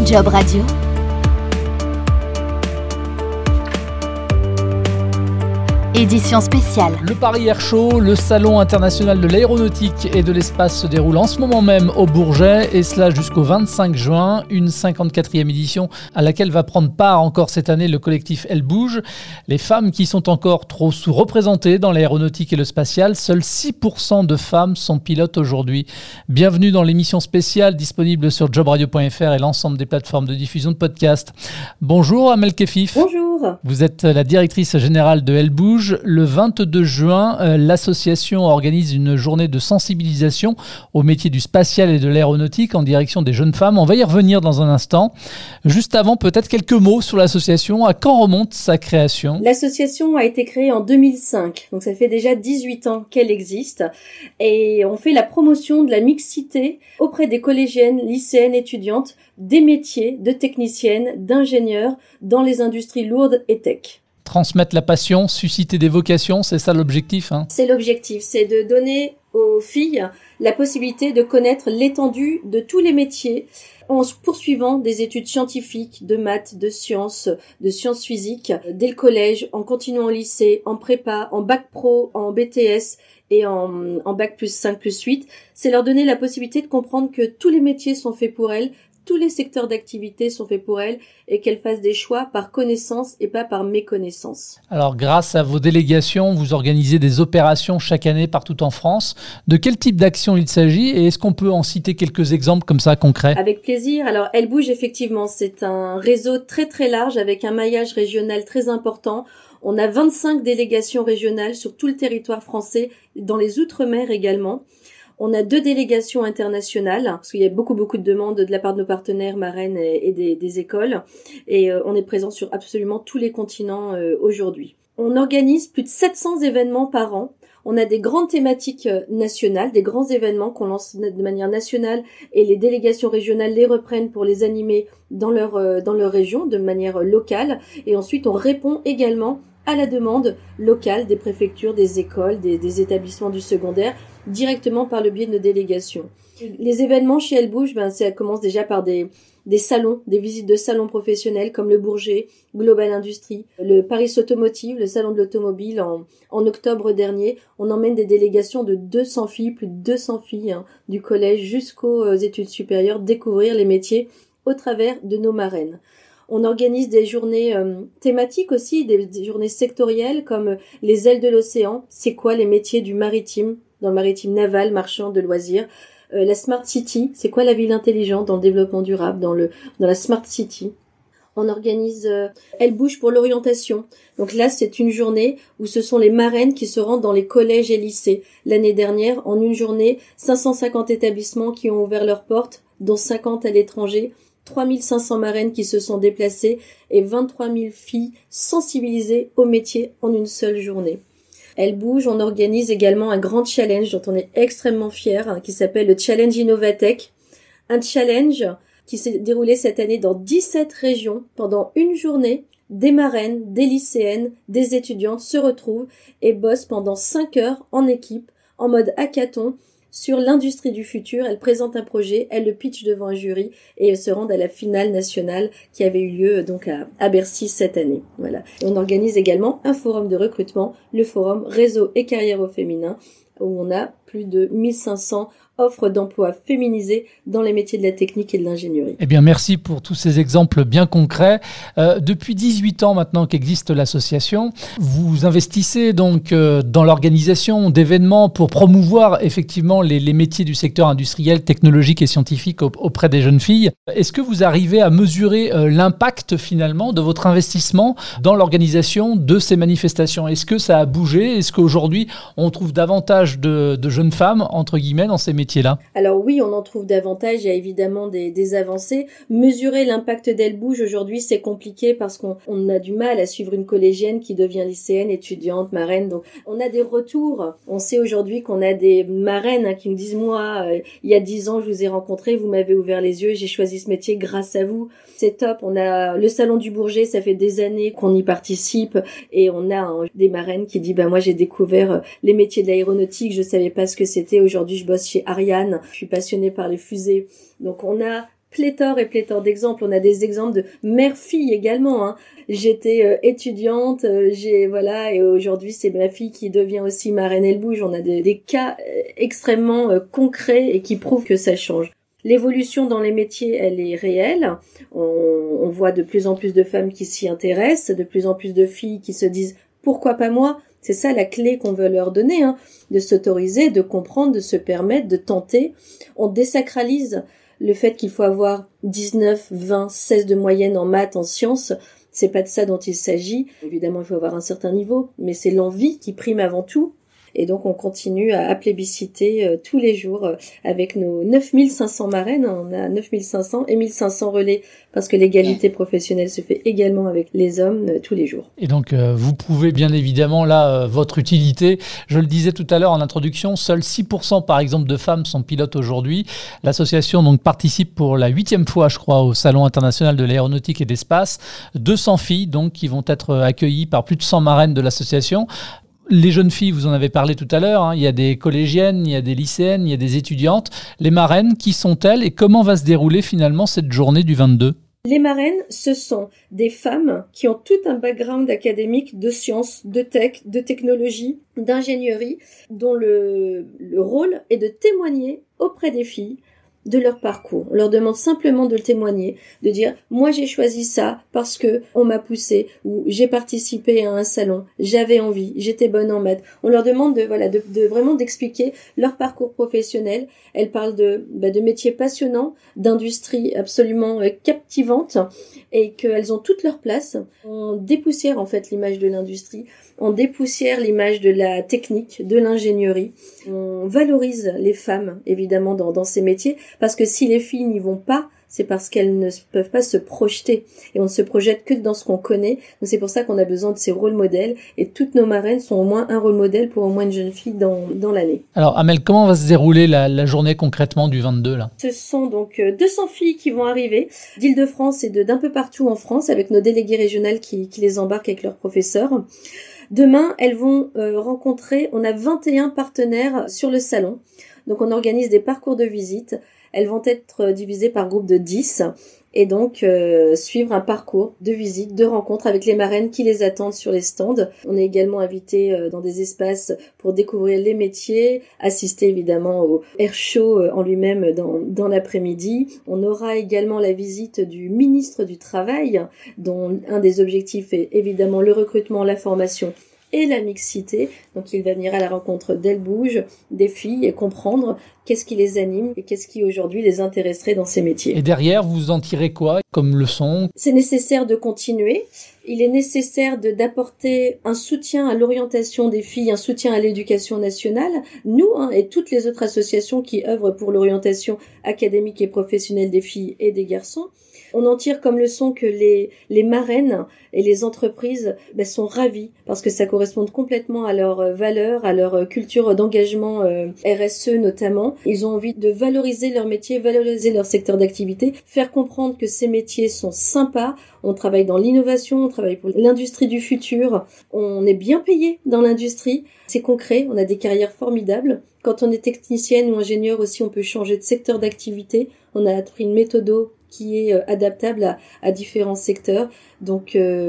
Job Radio. Édition spéciale. Le Paris Air Show, le salon international de l'aéronautique et de l'espace se déroule en ce moment même au Bourget, et cela jusqu'au 25 juin, une 54e édition à laquelle va prendre part encore cette année le collectif Elle Bouge. Les femmes qui sont encore trop sous-représentées dans l'aéronautique et le spatial, seuls 6% de femmes sont pilotes aujourd'hui. Bienvenue dans l'émission spéciale disponible sur jobradio.fr et l'ensemble des plateformes de diffusion de podcasts. Bonjour Amel Kefif. Bonjour. Vous êtes la directrice générale de Elle Bouge. Le 22 juin, l'association organise une journée de sensibilisation au métier du spatial et de l'aéronautique en direction des jeunes femmes. On va y revenir dans un instant. Juste avant, peut-être quelques mots sur l'association. À quand remonte sa création ? L'association a été créée en 2005, donc ça fait déjà 18 ans qu'elle existe. Et on fait la promotion de la mixité auprès des collégiennes, lycéennes, étudiantes, des métiers de techniciennes, d'ingénieurs dans les industries lourdes et tech. Transmettre la passion, susciter des vocations, c'est ça l'objectif, hein ? C'est l'objectif, c'est de donner aux filles la possibilité de connaître l'étendue de tous les métiers en poursuivant des études scientifiques, de maths, de sciences physiques, dès le collège, en continuant au lycée, en prépa, en bac pro, en BTS et en bac plus 5 plus 8. C'est leur donner la possibilité de comprendre que tous les métiers sont faits pour elles, tous les secteurs d'activité sont faits pour elles et qu'elles fassent des choix par connaissance et pas par méconnaissance. Alors, grâce à vos délégations, vous organisez des opérations chaque année partout en France. De quel type d'action il s'agit et est-ce qu'on peut en citer quelques exemples comme ça concrets ? Avec plaisir. Alors, Elle Bouge, effectivement, c'est un réseau très très large avec un maillage régional très important. On a 25 délégations régionales sur tout le territoire français, dans les Outre-mer également. On a 2 délégations internationales, parce qu'il y a beaucoup de demandes de la part de nos partenaires marraines et des écoles. Et on est présent sur absolument tous les continents aujourd'hui. On organise plus de 700 événements par an. On a des grandes thématiques nationales, des grands événements qu'on lance de manière nationale et les délégations régionales les reprennent pour les animer dans leur région de manière locale. Et ensuite, on répond également à la demande locale des préfectures, des écoles, des établissements du secondaire, directement par le biais de nos délégations. Les événements chez Elle Bouge, ça commence déjà par des salons, des visites de salons professionnels comme le Bourget, Global Industrie, le Paris Automotive, le salon de l'automobile en octobre dernier. On emmène des délégations de 200 filles, plus de 200 filles du collège jusqu'aux études supérieures, découvrir les métiers au travers de nos marraines. On organise des journées thématiques aussi, des journées sectorielles comme les ailes de l'océan. C'est quoi les métiers du maritime, dans le maritime naval, marchand, de loisirs. La Smart City, c'est quoi la ville intelligente dans le développement durable, dans la Smart City. On organise Elle Bouge pour l'orientation. Donc là, c'est une journée où ce sont les marraines qui se rendent dans les collèges et lycées. L'année dernière, en une journée, 550 établissements qui ont ouvert leurs portes, dont 50 à l'étranger. 3500 marraines qui se sont déplacées et 23 000 filles sensibilisées au métier en une seule journée. Elle Bouge, on organise également un grand challenge dont on est extrêmement fiers, qui s'appelle le Challenge Innovatech. Un challenge qui s'est déroulé cette année dans 17 régions pendant une journée. Des marraines, des lycéennes, des étudiantes se retrouvent et bossent pendant 5 heures en équipe, en mode hackathon, sur l'industrie du futur. Elle présente un projet, elle le pitch devant un jury et elles se rendent à la finale nationale qui avait eu lieu donc à Bercy cette année. Voilà. Et on organise également un forum de recrutement, le forum Réseau et carrière au féminin, où on a plus de 1500 offres d'emploi féminisées dans les métiers de la technique et de l'ingénierie. Eh bien, merci pour tous ces exemples bien concrets. Depuis 18 ans maintenant qu'existe l'association, vous investissez donc dans l'organisation d'événements pour promouvoir effectivement les métiers du secteur industriel, technologique et scientifique auprès des jeunes filles. Est-ce que vous arrivez à mesurer l'impact finalement de votre investissement dans l'organisation de ces manifestations ? Est-ce que ça a bougé ? Est-ce qu'aujourd'hui on trouve davantage de jeunes femmes, entre guillemets, dans ces métiers-là ? Alors oui, on en trouve davantage, il y a évidemment des avancées. Mesurer l'impact d'Elle Bouge aujourd'hui, c'est compliqué parce qu'on a du mal à suivre une collégienne qui devient lycéenne, étudiante, marraine. Donc on a des retours. On sait aujourd'hui qu'on a des marraines qui nous disent « Moi, il y a 10 ans, je vous ai rencontré, vous m'avez ouvert les yeux, j'ai choisi ce métier grâce à vous. » C'est top. On a le salon du Bourget, ça fait des années qu'on y participe et on a des marraines qui disent « Moi, j'ai découvert les métiers de l'aéronautique, je savais pas ce que c'était. Aujourd'hui, je bosse chez Ariane. Je suis passionnée par les fusées. » Donc, on a pléthore d'exemples. On a des exemples de mère-fille également, hein. J'étais étudiante, et aujourd'hui c'est ma fille qui devient aussi marraine Elle Bouge. On a des cas extrêmement concrets et qui prouvent que ça change. L'évolution dans les métiers, elle est réelle. On voit de plus en plus de femmes qui s'y intéressent, de plus en plus de filles qui se disent « pourquoi pas moi ?» C'est ça la clé qu'on veut leur donner, hein, de s'autoriser, de comprendre, de se permettre, de tenter. On désacralise le fait qu'il faut avoir 19, 20, 16 de moyenne en maths, en sciences. C'est pas de ça dont il s'agit. Évidemment, il faut avoir un certain niveau, mais c'est l'envie qui prime avant tout. Et donc, on continue à plébisciter tous les jours avec nos 9500 marraines. On a 9500 et 1500 relais parce que l'égalité professionnelle se fait également avec les hommes tous les jours. Et donc, vous prouvez bien évidemment là votre utilité. Je le disais tout à l'heure en introduction, seuls 6% par exemple de femmes sont pilotes aujourd'hui. L'association donc participe pour la 8e fois, je crois, au Salon international de l'aéronautique et d'espace. 200 filles donc qui vont être accueillies par plus de 100 marraines de l'association. Les jeunes filles, vous en avez parlé tout à l'heure, hein, il y a des collégiennes, il y a des lycéennes, il y a des étudiantes. Les marraines, qui sont-elles et comment va se dérouler finalement cette journée du 22 ? Les marraines, ce sont des femmes qui ont tout un background académique de sciences, de tech, de technologie, d'ingénierie, dont le rôle est de témoigner auprès des filles de leur parcours. On leur demande simplement de le témoigner, de dire « moi j'ai choisi ça parce que on m'a poussé » ou « j'ai participé à un salon, j'avais envie, j'étais bonne en maths ». On leur demande de vraiment d'expliquer leur parcours professionnel. Elles parlent de métiers passionnants, d'industries absolument captivantes et qu'elles ont toute leur place. On dépoussière en fait l'image de l'industrie, on dépoussière l'image de la technique, de l'ingénierie. On valorise les femmes évidemment dans ces métiers. Parce que si les filles n'y vont pas, c'est parce qu'elles ne peuvent pas se projeter. Et on ne se projette que dans ce qu'on connaît. Donc c'est pour ça qu'on a besoin de ces rôles modèles. Et toutes nos marraines sont au moins un rôle modèle pour au moins une jeune fille dans l'année. Alors Amel, comment va se dérouler la journée concrètement du 22 là ? Ce sont donc 200 filles qui vont arriver d'Île-de-France et d'un peu partout en France avec nos délégués régionales qui les embarquent avec leurs professeurs. Demain, elles vont rencontrer, on a 21 partenaires sur le salon. Donc on organise des parcours de visite. Elles vont être divisées par groupe de 10 et donc suivre un parcours de visite, de rencontres avec les marraines qui les attendent sur les stands. On est également invité dans des espaces pour découvrir les métiers, assister évidemment au air show en lui-même dans l'après-midi. On aura également la visite du ministre du Travail, dont un des objectifs est évidemment le recrutement, la formation et la mixité. Donc il va venir à la rencontre d'Elle Bouge, des filles, et comprendre qu'est-ce qui les anime et qu'est-ce qui aujourd'hui les intéresserait dans ces métiers. Et derrière, vous en tirez quoi comme leçon ? C'est nécessaire de continuer. Il est nécessaire d'apporter un soutien à l'orientation des filles, un soutien à l'éducation nationale. Nous, et toutes les autres associations qui œuvrent pour l'orientation académique et professionnelle des filles et des garçons. On en tire comme leçon que les marraines et les entreprises sont ravies parce que ça correspond complètement à leurs valeurs, à leur culture d'engagement RSE notamment. Ils ont envie de valoriser leur métier, valoriser leur secteur d'activité, faire comprendre que ces métiers sont sympas. On travaille dans l'innovation, on travaille pour l'industrie du futur. On est bien payé dans l'industrie. C'est concret, on a des carrières formidables. Quand on est technicienne ou ingénieur aussi, on peut changer de secteur d'activité. On a appris une méthode qui est adaptable à différents secteurs. Donc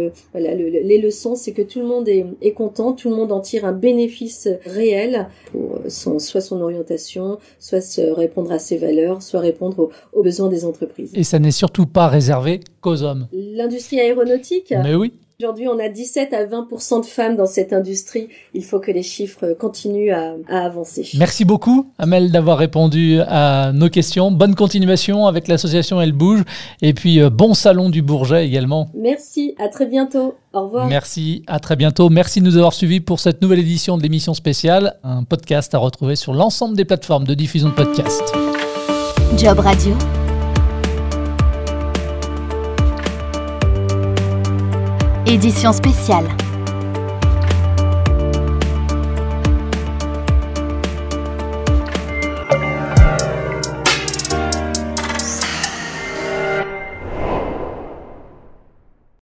les leçons, c'est que tout le monde est content, tout le monde en tire un bénéfice réel pour soit son orientation, soit se répondre à ses valeurs, soit répondre aux besoins des entreprises. Et ça n'est surtout pas réservé qu'aux hommes. L'industrie aéronautique ? Mais oui. Aujourd'hui, on a 17 à 20% de femmes dans cette industrie. Il faut que les chiffres continuent à avancer. Merci beaucoup, Amel, d'avoir répondu à nos questions. Bonne continuation avec l'association Elle Bouge. Et puis, bon salon du Bourget également. Merci, à très bientôt. Au revoir. Merci, à très bientôt. Merci de nous avoir suivis pour cette nouvelle édition de l'émission spéciale. Un podcast à retrouver sur l'ensemble des plateformes de diffusion de podcasts. Job Radio. Édition spéciale.